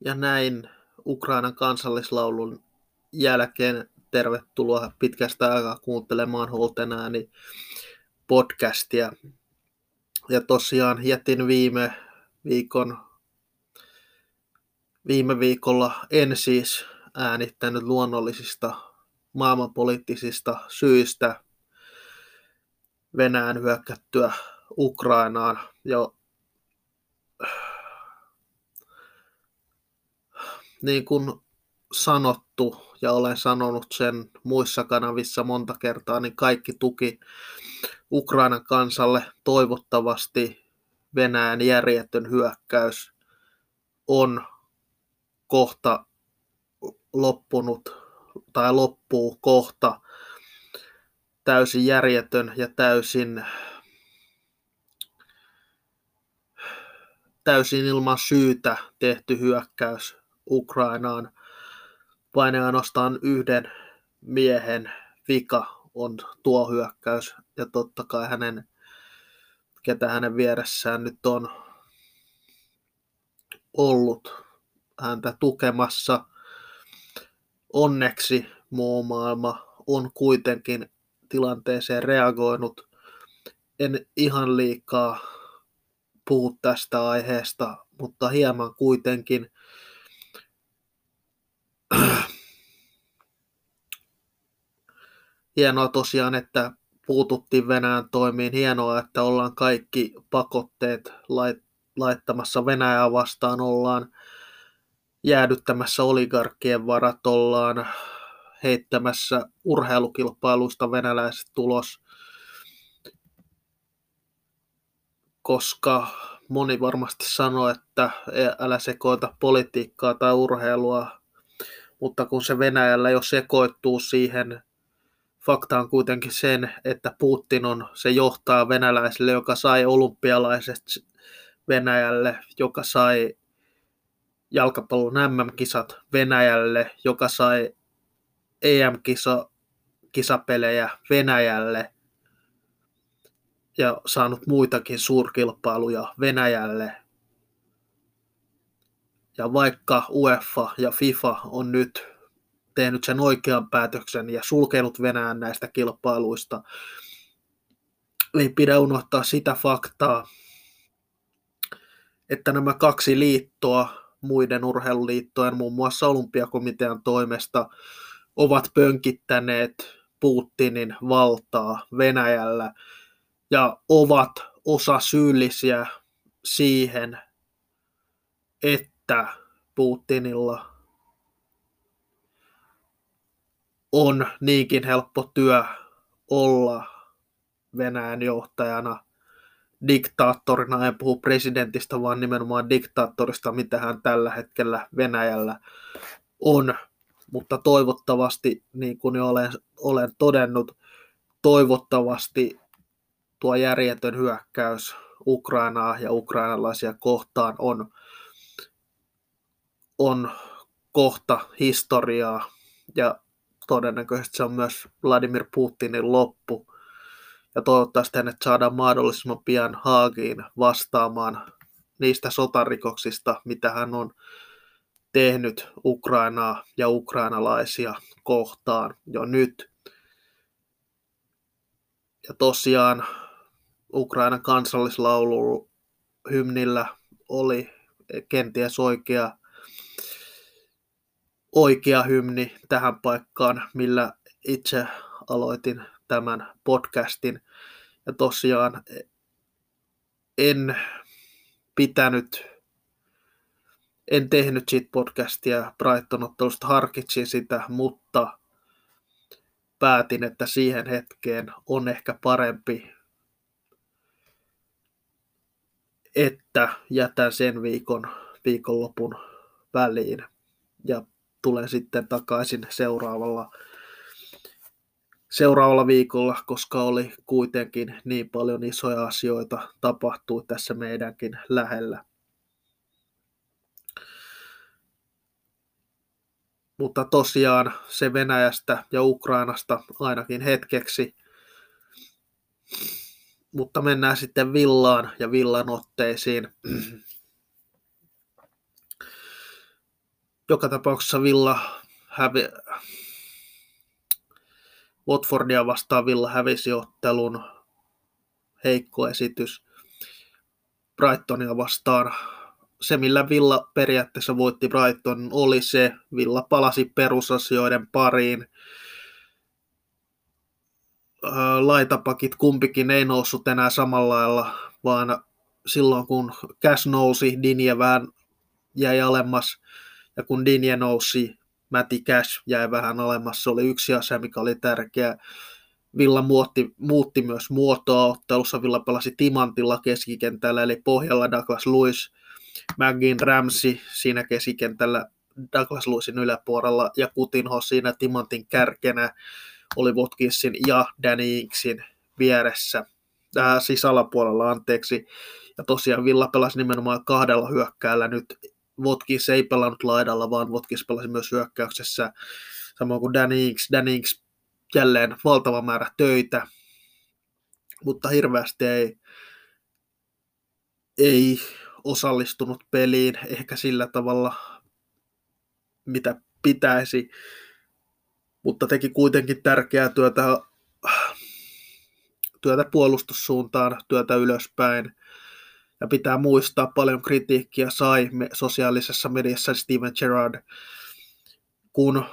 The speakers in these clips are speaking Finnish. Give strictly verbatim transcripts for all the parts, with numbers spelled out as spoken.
Ja näin Ukrainan kansallislaulun jälkeen tervetuloa pitkästä aikaa kuuntelemaan Holten ääni podcastia. Ja tosiaan jätin viime viikon viime viikolla en siis äänittänyt luonnollisista maailmanpoliittisista syistä Venäjän hyökkättyä Ukrainaan. Jo niin kuin sanottu, ja olen sanonut sen muissa kanavissa monta kertaa, niin kaikki tuki Ukrainan kansalle. Toivottavasti Venäjän järjetön hyökkäys on kohta loppunut tai loppuu kohta. Täysin järjetön ja täysin, täysin ilman syytä tehty hyökkäys Ukrainaan. Vain ainoastaan yhden miehen vika on tuo hyökkäys, ja totta kai hänen, ketä hänen vieressään nyt on ollut häntä tukemassa. Onneksi muu maailma on kuitenkin tilanteeseen reagoinut. En ihan liikaa puhu tästä aiheesta, mutta hieman kuitenkin. Hienoa tosiaan, että puututtiin Venäjän toimiin. Hienoa, että ollaan kaikki pakotteet laittamassa Venäjää vastaan. Ollaan jäädyttämässä oligarkkien varat, ollaan heittämässä urheilukilpailuista venäläiset tulos. Koska moni varmasti sanoo, että älä sekoita politiikkaa tai urheilua, mutta kun se Venäjällä jo sekoittuu siihen, fakta on kuitenkin sen, että Putin on se johtaa venäläisille, joka sai olympialaiset Venäjälle, joka sai jalkapallon M M-kisat Venäjälle, joka sai E M-kisapelejä Venäjälle ja saanut muitakin suurkilpailuja Venäjälle. Ja vaikka UEFA ja FIFA on nyt tehnyt sen oikean päätöksen ja sulkenut Venäjän näistä kilpailuista, ei pidä unohtaa sitä faktaa, että nämä kaksi liittoa muiden urheiluliittojen, muun muassa Olympiakomitean toimesta, ovat pönkittäneet Putinin valtaa Venäjällä ja ovat osa syyllisiä siihen, että Putinilla on niinkin helppo työ olla Venäjän johtajana, diktaattorina. En puhu presidentistä, vaan nimenomaan diktaattorista, mitä hän tällä hetkellä Venäjällä on. Mutta toivottavasti, niin kuin jo olen, olen todennut, toivottavasti tuo järjetön hyökkäys Ukrainaa ja ukrainalaisia kohtaan on, on kohta historiaa, ja todennäköisesti se on myös Vladimir Putinin loppu. Ja toivottavasti hänet saadaan mahdollisimman pian Haagiin vastaamaan niistä sotarikoksista, mitä hän on tehnyt Ukrainaa ja ukrainalaisia kohtaan jo nyt. Ja tosiaan Ukrainan kansallislaulu hymnillä oli kenties oikea, oikea hymni tähän paikkaan, millä itse aloitin tämän podcastin. Ja tosiaan en pitänyt, en tehnyt siitä podcastia Brighton-ottelusta, harkitsin sitä, mutta päätin, että siihen hetkeen on ehkä parempi, että jätän sen viikon, viikonlopun väliin ja tulen sitten takaisin seuraavalla, seuraavalla viikolla, koska oli kuitenkin niin paljon isoja asioita tapahtui tässä meidänkin lähellä. Mutta tosiaan se Venäjästä ja Ukrainasta ainakin hetkeksi. Mutta mennään sitten villaan ja villanotteisiin. joka tapauksessa Villa hävi... Watfordia vastaan Villa hävisi ottelun, heikko esitys. Brightonia vastaan. Se, millä Villa periaatteessa voitti Brighton, oli se. Villa palasi perusasioiden pariin. Laitapakit kumpikin ei noussut enää samalla lailla, vaan silloin kun Cash nousi, Digne vähän jäi alemmas. Ja kun Digne nousi, Matty Cash jäi vähän alemmas. Se oli yksi asia, mikä oli tärkeä. Villa muutti, muutti myös muotoa ottelussa. Villa pelasi timantilla keskikentällä, eli pohjalla Douglas Luiz, McGinn, Ramsey siinä keskikentällä Douglas Luizin yläpuolella ja Coutinho siinä timantin kärkenä oli Watkinsin ja Danny Inksin vieressä, äh, siis alapuolella anteeksi. Ja tosiaan Villa pelasi nimenomaan kahdella hyökkäällä nyt. Watkins ei pelannut laidalla, vaan Watkins pelasi myös hyökkäyksessä, samoin kuin Danny Ings. Danny Ings jälleen valtava määrä töitä, mutta hirveästi ei, ei osallistunut peliin ehkä sillä tavalla, mitä pitäisi, mutta teki kuitenkin tärkeää työtä, työtä puolustussuuntaan, työtä ylöspäin. Ja pitää muistaa, paljon kritiikkiä sai sosiaalisessa mediassa Steven Gerrard, kun,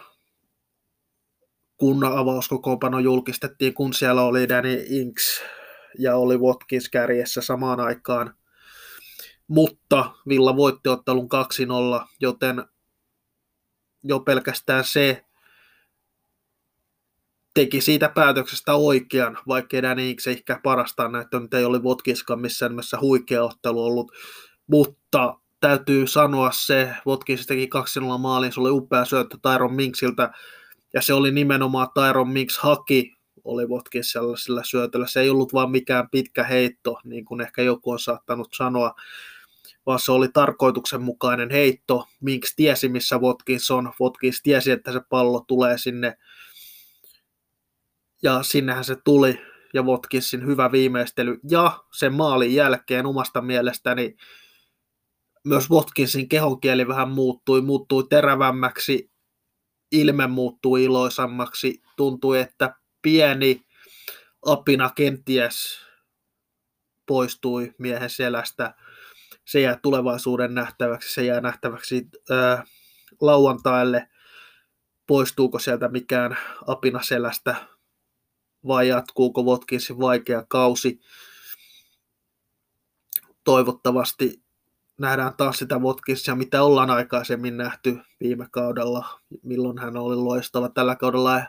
kun avauskokoonpano julkistettiin, kun siellä oli Danny Ings ja oli Watkins kärjessä samaan aikaan. Mutta Villa voitti ottelun kaksi nolla, joten jo pelkästään se teki siitä päätöksestä oikean, vaikkei Danny Ings ehkä parasta näyttänyt, ei oli Watkinskaan missään nimessä huikea ottelu ollut, mutta täytyy sanoa se, Watkins teki kaksi nolla maalin, se oli upea syöttö Tyrone Mingsiltä, ja se oli nimenomaan Tyrone Mings haki, oli Watkins sellaisella syötöllä, se ei ollut vaan mikään pitkä heitto, niin kuin ehkä joku on saattanut sanoa, vaan se oli tarkoituksenmukainen heitto, Mings tiesi missä Watkins on, Watkins tiesi, että se pallo tulee sinne, ja sinnehän se tuli, ja Watkinsin hyvä viimeistely, ja sen maalin jälkeen omasta mielestäni myös Watkinsin kehonkieli vähän muuttui, muuttui terävämmäksi, ilme muuttui iloisammaksi, tuntui, että pieni apina kenties poistui miehen selästä, se jää tulevaisuuden nähtäväksi, se jää nähtäväksi ää, lauantaille, poistuuko sieltä mikään apina selästä, vai jatkuuko Watkinsin vaikea kausi. Toivottavasti nähdään taas sitä Watkinsia, mitä ollaan aikaisemmin nähty viime kaudella, milloin hän oli loistava tällä kaudella.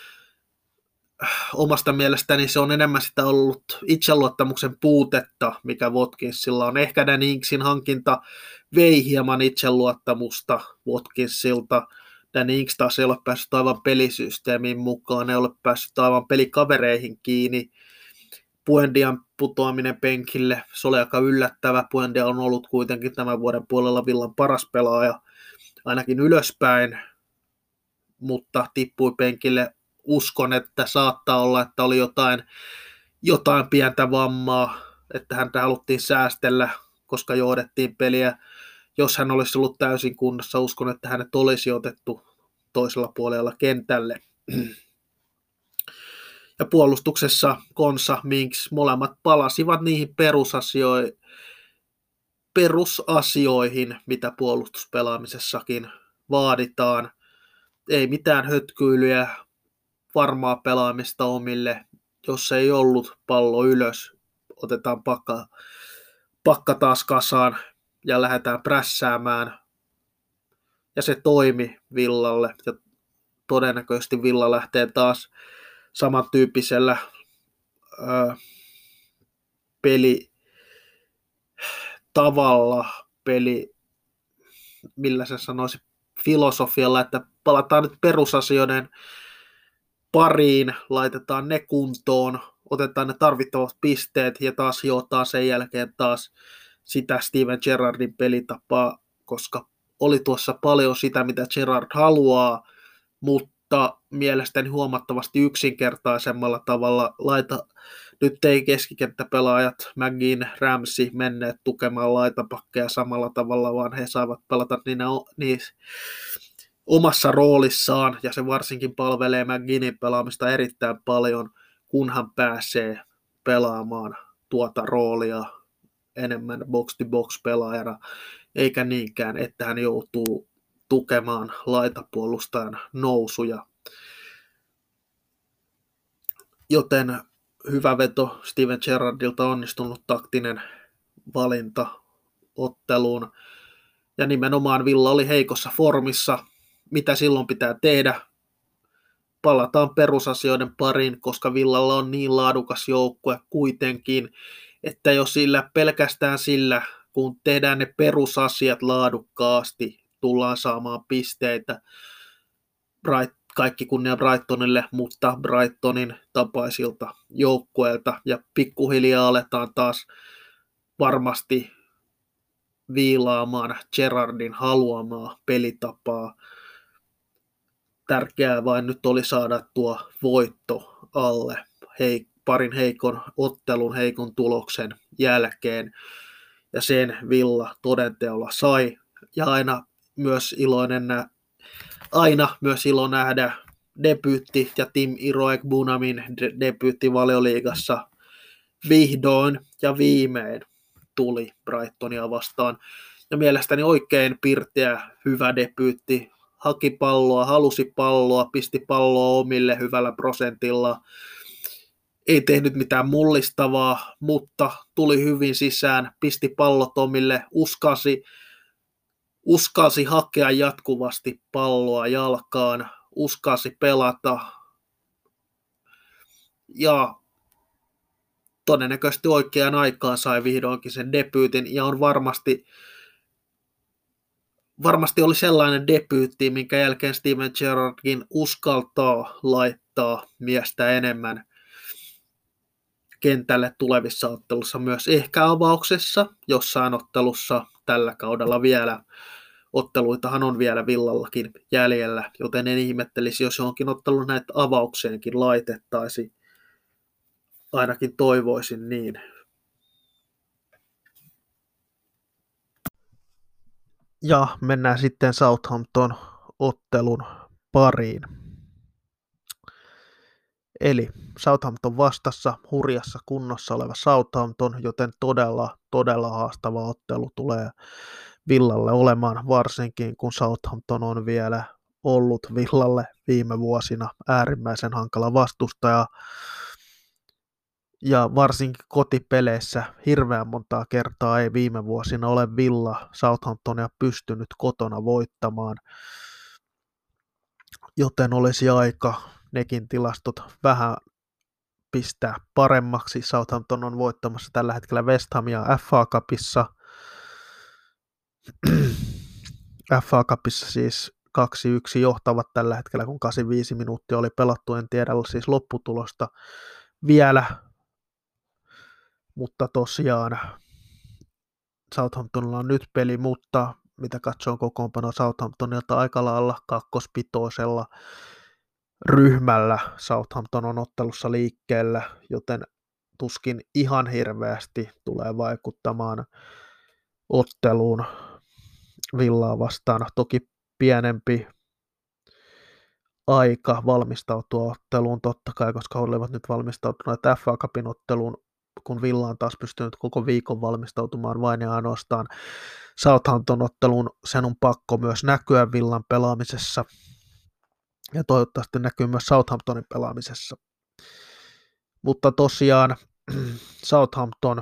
Omasta mielestäni se on enemmän sitä ollut itseluottamuksen puutetta, mikä Watkinsilla on. Ehkä Danny Inksin hankinta vei hieman itseluottamusta Watkinsilta. Danny Ings taas ei ole päässyt aivan pelisysteemiin mukaan, ei ole päässyt aivan pelikavereihin kiinni. Buendian putoaminen penkille, se oli aika yllättävä. Buendia on ollut kuitenkin tämän vuoden puolella Villan paras pelaaja, ainakin ylöspäin, mutta tippui penkille. Uskon, että saattaa olla, että oli jotain, jotain pientä vammaa, että häntä haluttiin säästellä, koska johdettiin peliä. Jos hän olisi ollut täysin kunnossa, uskon, että hänet olisi otettu toisella puolella kentälle. Ja puolustuksessa Konsa, Minks, molemmat palasivat niihin perusasioihin, perusasioihin, mitä puolustuspelaamisessakin vaaditaan. Ei mitään hötkyilyjä, varmaa pelaamista omille. Jos ei ollut pallo ylös, otetaan pakka, pakka taas kasaan ja lähdetään prässäämään. Ja se toimi Villalle. Ja todennäköisesti Villa lähtee taas samantyyppisellä ö, peli tavalla, peli, millä se sanoisi, filosofialla, että palataan nyt perusasioiden pariin, laitetaan ne kuntoon, otetaan ne tarvittavat pisteet ja taas hiotaan sen jälkeen taas sitä Steven Gerrardin pelitapaa, koska oli tuossa paljon sitä, mitä Gerrard haluaa, mutta mutta mielestäni huomattavasti yksinkertaisemmalla tavalla. Laita, nyt ei keskikenttäpelaajat McGinn, Ramsey menneet tukemaan laitapakkeja samalla tavalla, vaan he saavat pelata niinä, niissä omassa roolissaan, ja se varsinkin palvelee McGinnin pelaamista erittäin paljon, kunhan pääsee pelaamaan tuota roolia enemmän box-to-box-pelaajana, eikä niinkään, että hän joutuu tukemaan laitapuolustajan nousuja. Joten hyvä veto Steven Gerrardilta, onnistunut taktinen valinta otteluun. Ja nimenomaan Villa oli heikossa formissa. Mitä silloin pitää tehdä? Palataan perusasioiden pariin, koska Villalla on niin laadukas joukkue kuitenkin, että jos sillä pelkästään sillä, kun tehdään ne perusasiat laadukkaasti, tullaan saamaan pisteitä. Bright, kaikki kunnia Brightonille, mutta Brightonin tapaisilta joukkueilta, ja pikkuhiljaa aletaan taas varmasti viilaamaan Gerrardin haluamaa pelitapaa. Tärkeää vain nyt oli saada tuo voitto alle hei, parin heikon ottelun, heikon tuloksen jälkeen, ja sen Villa todenteolla sai, ja aina myös iloinen nä- aina myös ilo nähdä debyytti ja Tim Iroegbunamin de- debyytti Valioliigassa vihdoin ja viimein tuli Brightonia vastaan, ja mielestäni oikein pirteä, hyvä debyytti. Haki palloa, halusi palloa, pisti palloa omille hyvällä prosentilla. Ei tehnyt mitään mullistavaa, mutta tuli hyvin sisään, pisti pallot omille, uskasi, uskasi hakea jatkuvasti palloa jalkaan, uskasi pelata. Ja todennäköisesti oikeaan aikaan sai vihdoinkin sen debyytin, ja on varmasti Varmasti oli sellainen debyytti, minkä jälkeen Steven Gerrardkin uskaltaa laittaa miestä enemmän kentälle tulevissa ottelussa, myös ehkä avauksessa, jossain ottelussa tällä kaudella vielä. Otteluitahan on vielä Villallakin jäljellä, joten en ihmettelisi, jos johonkin ottelun näitä avaukseenkin laitettaisiin. Ainakin toivoisin niin. Ja mennään sitten Southampton-ottelun pariin. Eli Southampton vastassa hurjassa kunnossa oleva Southampton, joten todella, todella haastava ottelu tulee Villalle olemaan, varsinkin kun Southampton on vielä ollut Villalle viime vuosina äärimmäisen hankala vastustaja. Ja varsinkin kotipeleissä hirveän montaa kertaa ei viime vuosina ole Villa Southamptonia pystynyt kotona voittamaan, joten olisi aika nekin tilastot vähän pistää paremmaksi. Southampton on voittamassa tällä hetkellä West Hamia F A Cupissa. F A Cupissa siis kaksi yksi johtavat tällä hetkellä, kun kahdeksankymmentäviisi minuuttia oli pelattu, en tiedä siis lopputulosta vielä. Mutta tosiaan Southamptonilla on nyt peli, mutta mitä katsoo kokoonpanoa Southamptonilta aika lailla kakkospitoisella ryhmällä Southampton on ottelussa liikkeellä, joten tuskin ihan hirveästi tulee vaikuttamaan otteluun Villaa vastaan. Toki pienempi aika valmistautua otteluun totta kai, koska he olivat nyt valmistautuneet F A Cupin otteluun, kun Villa on taas pystynyt koko viikon valmistautumaan vain ja ainoastaan Southampton-otteluun. Sen on pakko myös näkyä Villan pelaamisessa ja toivottavasti näkyy myös Southamptonin pelaamisessa. Mutta tosiaan Southampton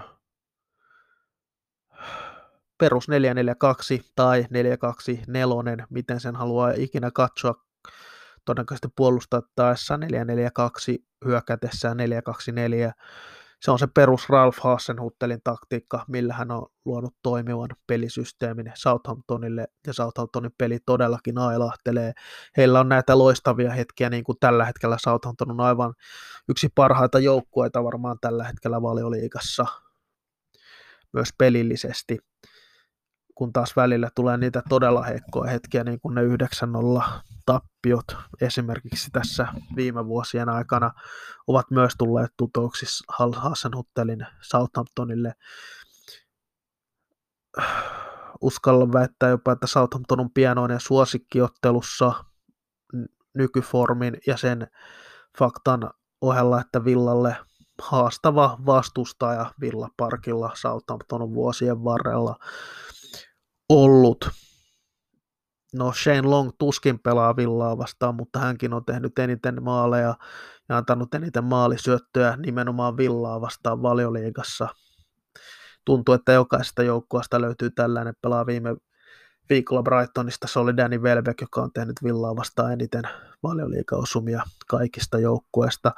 perus neljä neljä kaksi tai neljä kaksi neljä, miten sen haluaa ikinä katsoa, todennäköisesti puolustettaessa neljä neljä kaksi, hyökätessään neljä kaksi neljä. Se on se perus Ralph Hasenhuttelin taktiikka, millä hän on luonut toimivan pelisysteemin Southamptonille, ja Southamptonin peli todellakin ailahtelee. Heillä on näitä loistavia hetkiä, niin kuin tällä hetkellä Southampton on aivan yksi parhaita joukkueita varmaan tällä hetkellä Valioliigassa, myös pelillisesti. kun taas välillä tulee niitä todella heikkoja hetkiä, niin kuin ne yhdeksän nolla tappiot esimerkiksi tässä viime vuosien aikana ovat myös tulleet tutoiksi Hasenhuttelin Southamptonille. Uskallan väittää jopa, että Southampton on pienoinen suosikkiottelussa nykyformin ja sen faktan ohella, että Villalle haastava vastustaja Villa Parkilla Southampton on vuosien varrella ollut. No Shane Long tuskin pelaa Villaa vastaan, mutta hänkin on tehnyt eniten maaleja ja antanut eniten maalisyöttöjä nimenomaan Villaa vastaan Valioliigassa. Tuntuu, että jokaisesta joukkueesta löytyy tällainen. Pelaa viime viikolla Brightonista, se oli Danny Welbeck, joka on tehnyt Villaa vastaan eniten Valioliigaosumia kaikista joukkueista.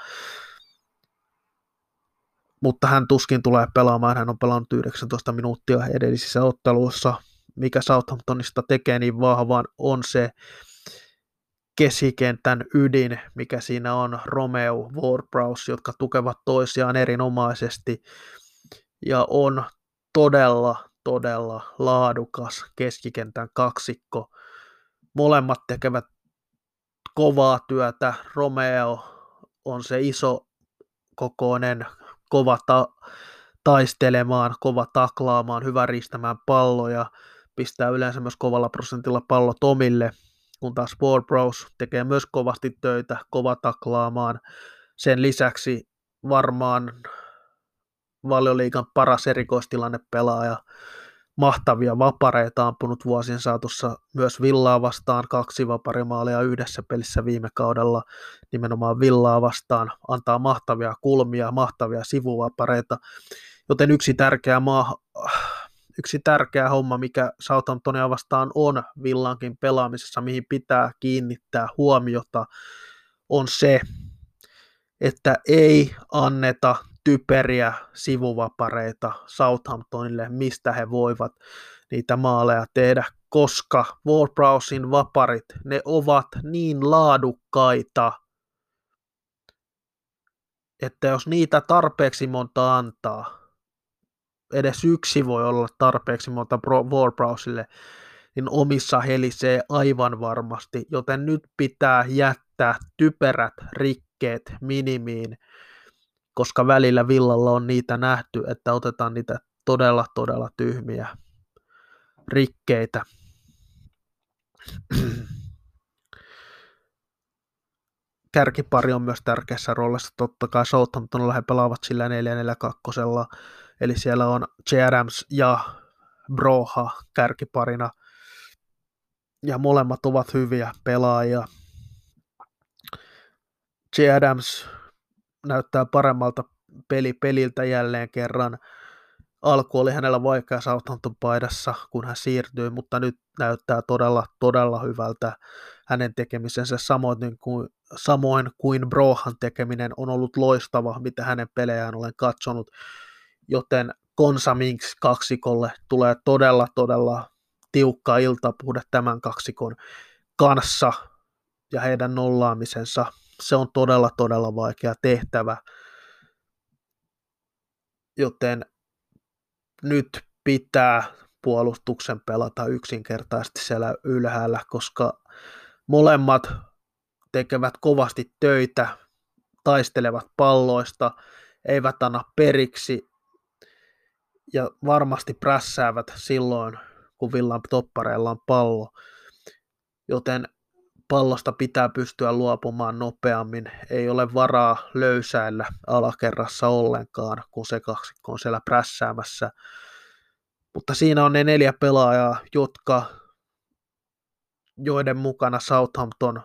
Mutta hän tuskin tulee pelaamaan, hän on pelannut yhdeksäntoista minuuttia edellisissä otteluissa. Mikä Southamptonista tekee niin vahvan, on se keskikentän ydin, mikä siinä on Romeo, Ward-Prowse, jotka tukevat toisiaan erinomaisesti ja on todella, todella laadukas keskikentän kaksikko. Molemmat tekevät kovaa työtä. Romeo on se iso kokoinen, kova ta- taistelemaan, kova taklaamaan, hyvä riistämään palloja, pistää yleensä myös kovalla prosentilla pallot omille, kun taas Ward-Prowse tekee myös kovasti töitä, kova taklaamaan. Sen lisäksi varmaan Valioliigan paras erikoistilannepelaaja, mahtavia vapareita ampunut vuosien saatossa myös Villaa vastaan, kaksi vaparimaalia yhdessä pelissä viime kaudella nimenomaan Villaa vastaan, antaa mahtavia kulmia, mahtavia sivuvapareita, joten yksi tärkeä, maa, yksi tärkeä homma, mikä Southamptonia vastaan on Villankin pelaamisessa, mihin pitää kiinnittää huomiota, on se, että ei anneta typeriä sivuvapareita Southamptonille, mistä he voivat niitä maaleja tehdä, koska Ward-Prowsen vaparit, ne ovat niin laadukkaita, että jos niitä tarpeeksi monta antaa, edes yksi voi olla tarpeeksi monta Ward-Prowselle, niin omissa helisee aivan varmasti, joten nyt pitää jättää typerät rikkeet minimiin, koska välillä Villalla on niitä nähty, että otetaan niitä todella, todella tyhmiä rikkeitä. Kärkipari on myös tärkeässä roolissa, totta kai Southamptonilla he pelaavat sillä neljä neljä kaksi, eli siellä on J. Adams ja Broha kärkiparina, ja molemmat ovat hyviä pelaajia. J. Adams näyttää paremmalta peli peliltä jälleen kerran. Alku oli hänellä vaikea Southampton paidassa, kun hän siirtyi, mutta nyt näyttää todella, todella hyvältä hänen tekemisensä, samoin kuin, samoin kuin Brohan tekeminen on ollut loistava, mitä hänen pelejään olen katsonut, joten Konsa Minks kaksikolle tulee todella, todella tiukka iltapuhde tämän kaksikon kanssa ja heidän nollaamisensa. Se on todella, todella vaikea tehtävä, joten nyt pitää puolustuksen pelata yksinkertaisesti siellä ylhäällä, koska molemmat tekevät kovasti töitä, taistelevat palloista, eivät anna periksi ja varmasti prässäävät silloin, kun Villan toppareilla on pallo, joten pallosta pitää pystyä luopumaan nopeammin, ei ole varaa löysäillä alakerrassa ollenkaan, kun se kaksikko on siellä prässäämässä. Mutta siinä on ne neljä pelaajaa, jotka, joiden mukana Southampton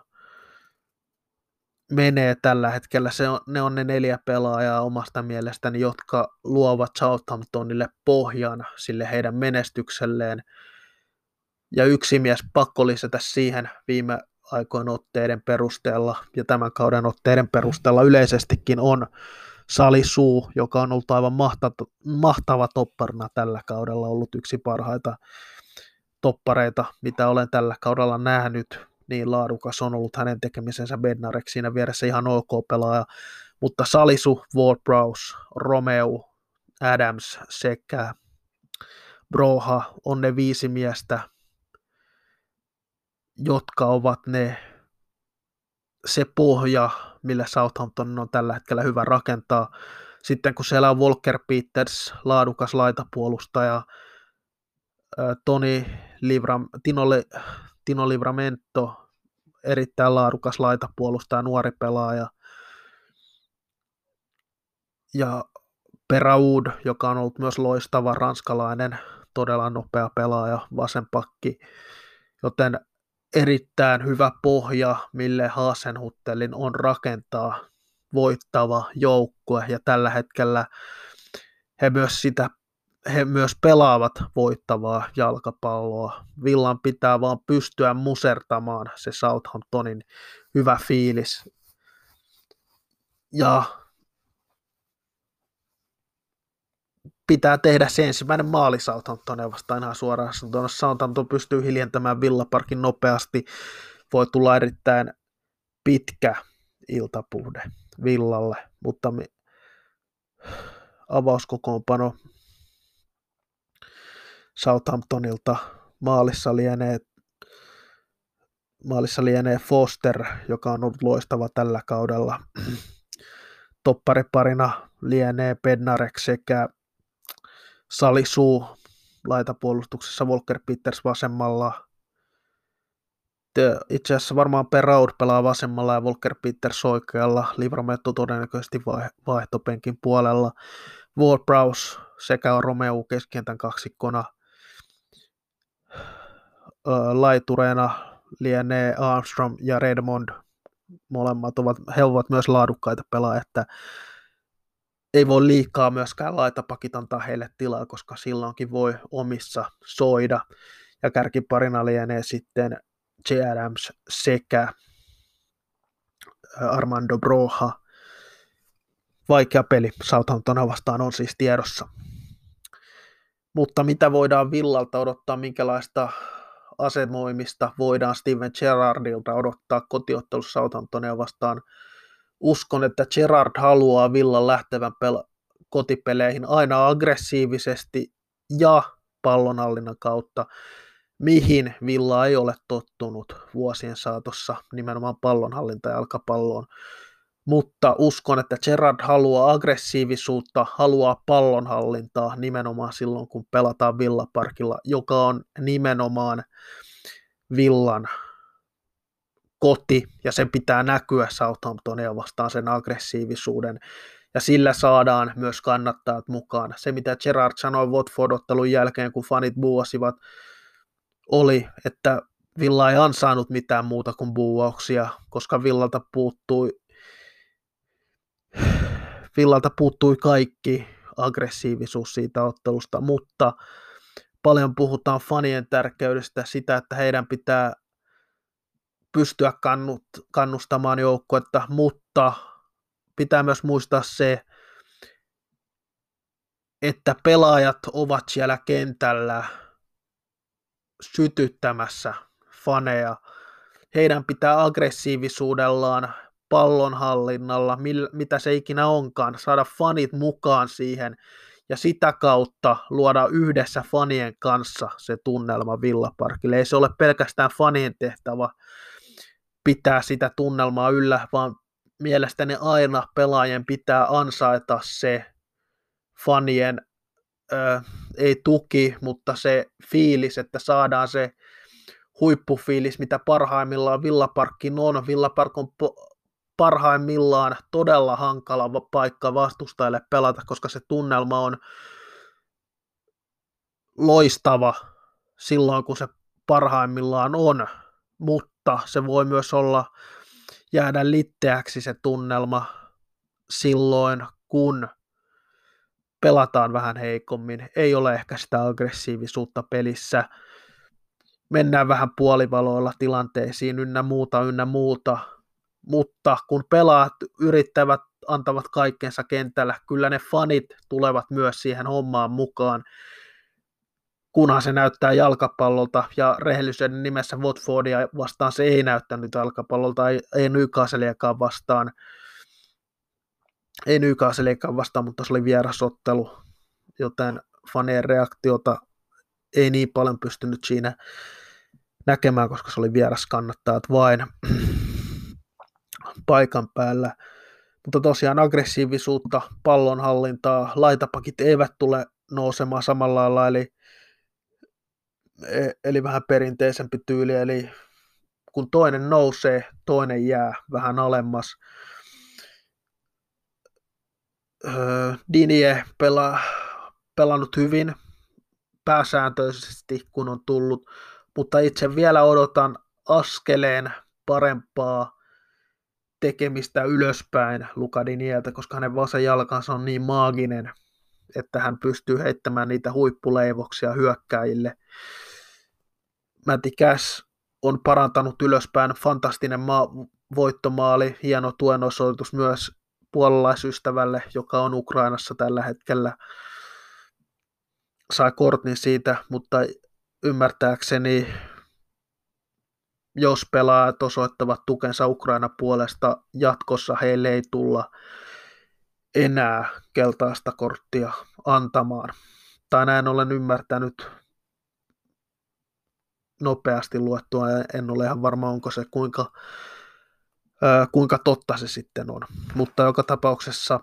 menee tällä hetkellä. Se on, ne on ne neljä pelaajaa omasta mielestäni, jotka luovat Southamptonille pohjan sille heidän menestykselleen. Ja yksi mies pakko lisätä siihen viime aikojen otteiden perusteella ja tämän kauden otteiden perusteella yleisestikin on Salisu, joka on ollut aivan mahtava, mahtava topparina tällä kaudella, ollut yksi parhaita toppareita, mitä olen tällä kaudella nähnyt. Niin laadukas on ollut hänen tekemisensä. Bednarek siinä vieressä ihan ok pelaaja, mutta Salisu, Ward-Prowse, Romeo, Adams sekä Broha on ne viisi miestä, jotka ovat ne, se pohja, millä Southampton on tällä hetkellä hyvä rakentaa. Sitten kun siellä on Walker Peters, laadukas laitapuolustaja, Toni Livra, Tino, Tino Livramento, erittäin laadukas laitapuolustaja, nuori pelaaja, ja Peraud, joka on ollut myös loistava ranskalainen, todella nopea pelaaja, vasenpakki, joten erittäin hyvä pohja, mille Hasenhuttelin on rakentaa voittava joukkue, ja tällä hetkellä he myös, sitä, he myös pelaavat voittavaa jalkapalloa. Villan pitää vaan pystyä musertamaan se Southamptonin hyvä fiilis. Ja pitää tehdä se ensimmäinen maali Southamptonia vastaan ihan suoraan. Southampton pystyy hiljentämään Villa Parkin nopeasti. Voi tulla erittäin pitkä iltapuhde Villalle, mutta avauskokoonpano Southamptonilta maalissa lienee, maalissa lienee Foster, joka on ollut loistava tällä kaudella. Toppariparina lienee Bednarek sekä Salisu laitapuolustuksessa, Walker Peters vasemmalla. Itse asiassa varmaan Peraud pelaa vasemmalla ja Walker Peters oikealla. Livramento todennäköisesti vaihtopenkin puolella. Ward-Prowse sekä Romeu keskentän kaksikkona. Laitureena lienee Armstrong ja Redmond. Molemmat ovat, he ovat myös laadukkaita pelaajia, että ei voi liikaa myöskään laitapakit antaa heille tilaa, koska silloinkin voi omissa soida. Ja kärkiparina lienee sitten J. Adams sekä Armando Broha. Vaikea peli Southamptona vastaan on siis tiedossa. Mutta mitä voidaan Villalta odottaa, minkälaista asemoimista voidaan Steven Gerrardilta odottaa kotiottelussa Southamptonia vastaan? Uskon, että Gerrard haluaa Villan lähtevän pel- kotipeleihin aina aggressiivisesti ja pallonhallinnan kautta, mihin Villa ei ole tottunut vuosien saatossa, nimenomaan pallonhallinta ja jalkapalloon. Mutta uskon, että Gerrard haluaa aggressiivisuutta, haluaa pallonhallintaa nimenomaan silloin, kun pelataan Villa Parkilla, joka on nimenomaan Villan koti, ja sen pitää näkyä Southamptonia vastaan sen aggressiivisuuden, ja sillä saadaan myös kannattajat mukaan. Se, mitä Gerrard sanoi Watford-ottelun jälkeen, kun fanit buuasivat, oli, että Villa ei ansainnut mitään muuta kuin buuauksia, koska Villalta puuttui, Villalta puuttui kaikki aggressiivisuus siitä ottelusta, mutta paljon puhutaan fanien tärkeydestä, sitä, että heidän pitää pystyä kannustamaan joukkuetta, mutta pitää myös muistaa se, että pelaajat ovat siellä kentällä sytyttämässä faneja. Heidän pitää aggressiivisuudellaan, pallonhallinnalla, mitä se ikinä onkaan, saada fanit mukaan siihen ja sitä kautta luoda yhdessä fanien kanssa se tunnelma Villa Parkille. Ei se ole pelkästään fanien tehtävä pitää sitä tunnelmaa yllä, vaan mielestäni aina pelaajien pitää ansaita se fanien, ö, ei tuki, mutta se fiilis, että saadaan se huippufiilis, mitä parhaimmillaan Villa Parkkin on. Villa Park on po- parhaimmillaan todella hankala paikka vastustajalle pelata, koska se tunnelma on loistava silloin, kun se parhaimmillaan on, mutta se voi myös olla jäädä litteäksi se tunnelma silloin, kun pelataan vähän heikommin. Ei ole ehkä sitä aggressiivisuutta pelissä. Mennään vähän puolivaloilla tilanteisiin ynnä muuta, ynnä muuta. Mutta kun pelaat yrittävät, antavat kaikkensa kentällä, kyllä ne fanit tulevat myös siihen hommaan mukaan, kunhan se näyttää jalkapallolta, ja rehellisyyden nimessä Watfordia vastaan se ei näyttänyt jalkapallolta, ei, ei Newcastleakaan vastaan, ei Newcastleakaan vastaan, mutta se oli vierasottelu, joten fanien reaktiota ei niin paljon pystynyt siinä näkemään, koska se oli vieraskannattajat vain paikan päällä. Mutta tosiaan aggressiivisuutta, pallonhallintaa, laitapakit eivät tule nousemaan samalla lailla, eli, eli vähän perinteisempi tyyli, eli kun toinen nousee, toinen jää vähän alemmas. Öö, Dinie pelaa, pelannut hyvin pääsääntöisesti, kun on tullut, mutta itse vielä odotan askeleen parempaa tekemistä ylöspäin Luka Dinieltä, koska hänen vasen jalkansa on niin maaginen, että hän pystyy heittämään niitä huippuleivoksia hyökkäjille. Matti Cash on parantanut ylöspäin, fantastinen maa, voittomaali, hieno tuenosoitus myös puolalaisystävälle, joka on Ukrainassa tällä hetkellä. Sai kortin siitä, mutta ymmärtääkseni, jos pelaajat osoittavat tukensa Ukraina puolesta, jatkossa heille ei tulla enää keltaista korttia antamaan. Tai näin olen ymmärtänyt nopeasti luettua, en ole ihan varma, onko se kuinka, ää, kuinka totta se sitten on. Mutta joka tapauksessa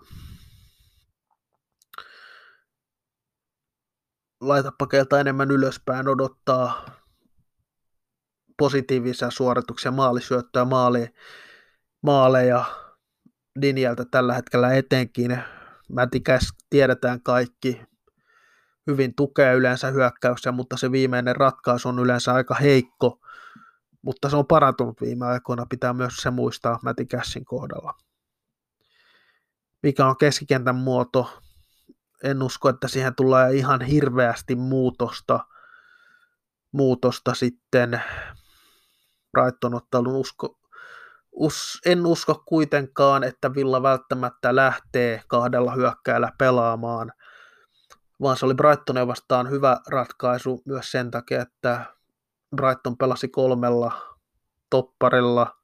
laitapakeilta enemmän ylöspäin odottaa positiivisia suorituksia, maalisyöttöä, maali, maaleja Dinieltä tällä hetkellä etenkin. Matti Cash tiedetään kaikki, hyvin tukee yleensä hyökkäyksiä, mutta se viimeinen ratkaisu on yleensä aika heikko, mutta se on parantunut viime aikoina, pitää myös se muistaa Matti Cashin kohdalla. Mikä on keskikentän muoto? En usko, että siihen tulee ihan hirveästi muutosta, muutosta sitten Brighton-ottelun usko. Us, en usko kuitenkaan, että Villa välttämättä lähtee kahdella hyökkäällä pelaamaan, vaan se oli Brightonia vastaan hyvä ratkaisu myös sen takia, että Brighton pelasi kolmella topparilla.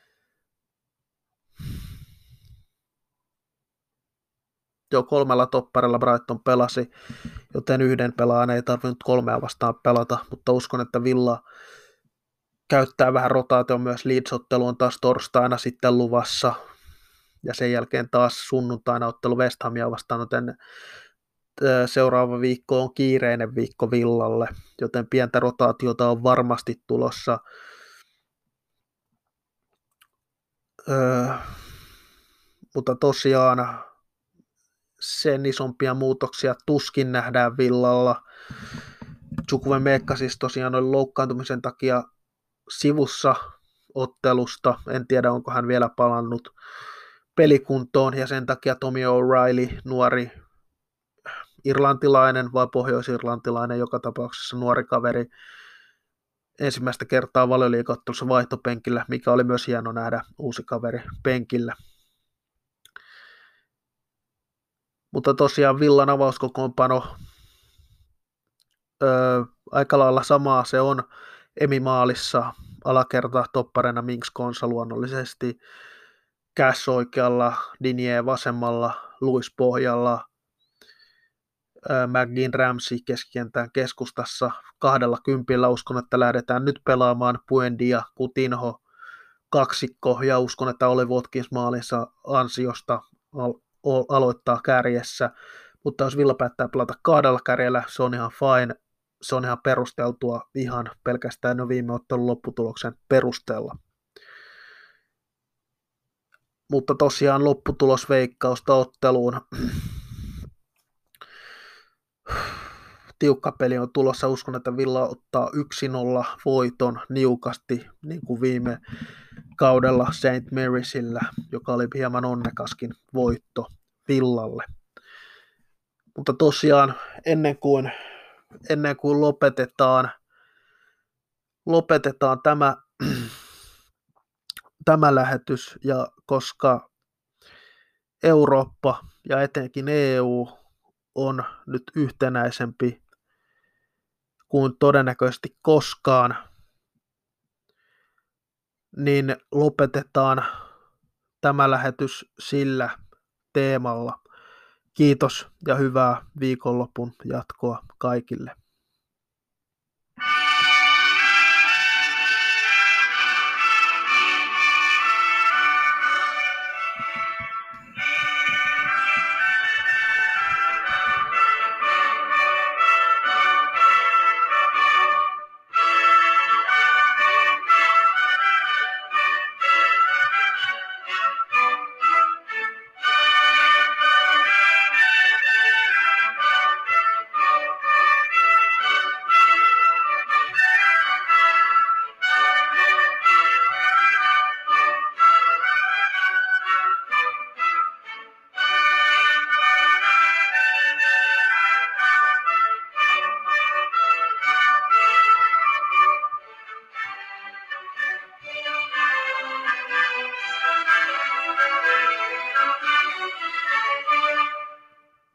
Jo kolmella topparilla Brighton pelasi, joten yhden pelaajan ei tarvinnut kolmea vastaan pelata, mutta uskon, että Villa käyttää vähän rotaation myös. Leeds-ottelu on taas torstaina sitten luvassa, ja sen jälkeen taas sunnuntaina ottelu West Hamia vastaan, joten seuraava viikko on kiireinen viikko Villalle, joten pientä rotaatiota on varmasti tulossa. Öö, mutta tosiaan sen isompia muutoksia tuskin nähdään Villalla. Chukwuemeka siis tosiaan oli loukkaantumisen takia sivussa ottelusta. En tiedä, onko hän vielä palannut pelikuntoon, ja sen takia Tommy O'Reilly, nuori irlantilainen vai pohjois-irlantilainen, joka tapauksessa nuori kaveri, ensimmäistä kertaa Valioliiga-ottelussa vaihtopenkillä, mikä oli myös hieno nähdä uusi kaveri penkillä. Mutta tosiaan Villan avauskokoonpano öö, aika lailla samaa se on Emi-maalissa, alakerta topparina Minks Konsa luonnollisesti, Cash oikealla, Dinie vasemmalla, Luis pohjalla, öö, McGinn Ramsey keskikentän keskustassa, kahdella kympillä uskon, että lähdetään nyt pelaamaan Buendia, Coutinho kaksikko, ja uskon, että Oli Watkins maalinsa ansiosta aloittaa kärjessä, mutta jos Villa päättää pelata kahdella kärjellä, se on ihan fine, se on ihan perusteltua ihan pelkästään jo viime ottelun lopputuloksen perusteella. Mutta tosiaan lopputulosveikkausta otteluun. Tiukka peli on tulossa, uskon, että Villa ottaa yksi nolla voiton niukasti, niin kuin viime kaudella Saint Marysillä, joka oli hieman onnekaskin voitto Villalle. Mutta tosiaan ennen kuin, ennen kuin lopetetaan, lopetetaan tämä, tämä lähetys, ja koska Eurooppa ja etenkin E U on nyt yhtenäisempi kuin todennäköisesti koskaan, niin lopetetaan tämä lähetys sillä teemalla. Kiitos ja hyvää viikonlopun jatkoa kaikille.